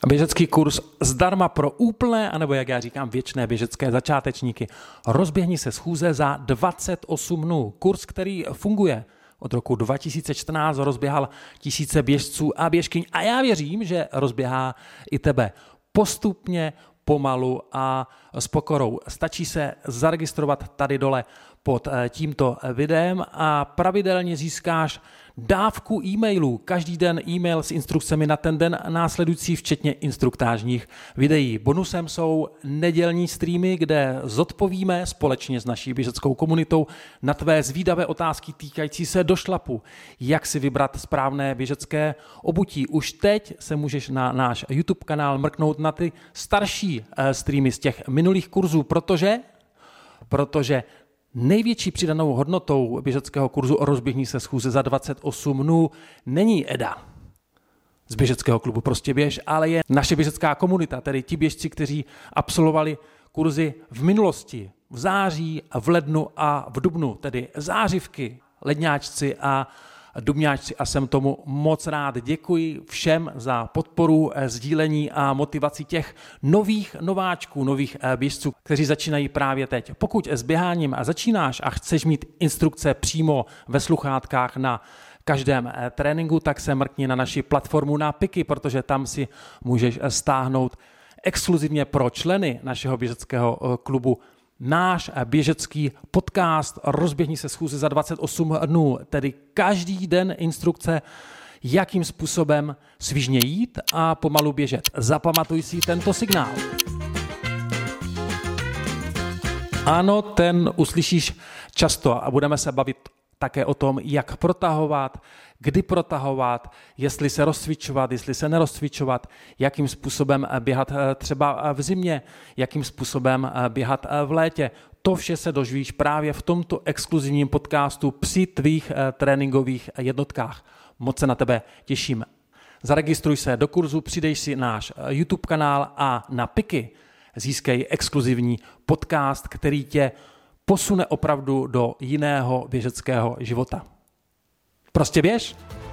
Běžecký kurz zdarma pro úplné, anebo jak já říkám, věčné běžecké začátečníky. Rozběhni se schůze za 28 dnů. Kurz, který funguje od roku 2014, rozběhal tisíce běžců a běžkyň a já věřím, že rozběhá i tebe postupně, pomalu a s pokorou. Stačí se zaregistrovat tady dole pod tímto videem a pravidelně získáš dávku e-mailů. Každý den e-mail s instrukcemi na ten den následující, včetně instruktážních videí. Bonusem jsou nedělní streamy, kde zodpovíme společně s naší běžeckou komunitou na tvé zvídavé otázky týkající se došlapu. Jak si vybrat správné běžecké obutí. Už teď se můžeš na náš YouTube kanál mrknout na ty starší streamy z těch minulých kurzů, protože největší přidanou hodnotou běžeckého kurzu Rozběhni se schůze za 28 dnů není Eda z běžeckého klubu Prostě běž, ale je naše běžecká komunita, tedy ti běžci, kteří absolvovali kurzy v minulosti, v září, v lednu a v dubnu, tedy zářivky, ledňáčci a dubňáčci a jsem tomu moc rád. Děkuji všem za podporu, sdílení a motivaci těch nováčků, nových běžců, kteří začínají právě teď. Pokud s běháním začínáš a chceš mít instrukce přímo ve sluchátkách na každém tréninku, tak se mrkni na naši platformu na PIKy, protože tam si můžeš stáhnout exkluzivně pro členy našeho běžeckého klubu náš běžecký podcast Rozběhni se schůze za 28 dnů, tedy každý den instrukce, jakým způsobem svižně jít a pomalu běžet. Zapamatuj si tento signál. Ano, ten uslyšíš často a budeme se bavit také o tom, jak protahovat, kdy protahovat, jestli se rozcvičovat, jestli se nerozcvičovat, jakým způsobem běhat třeba v zimě, jakým způsobem běhat v létě. To vše se dožvíš právě v tomto exkluzivním podcastu při tvých tréninkových jednotkách. Moc se na tebe těším. Zaregistruj se do kurzu, přidej si náš YouTube kanál a na PIKy získej exkluzivní podcast, který tě posune opravdu do jiného běžeckého života. Prostě běž!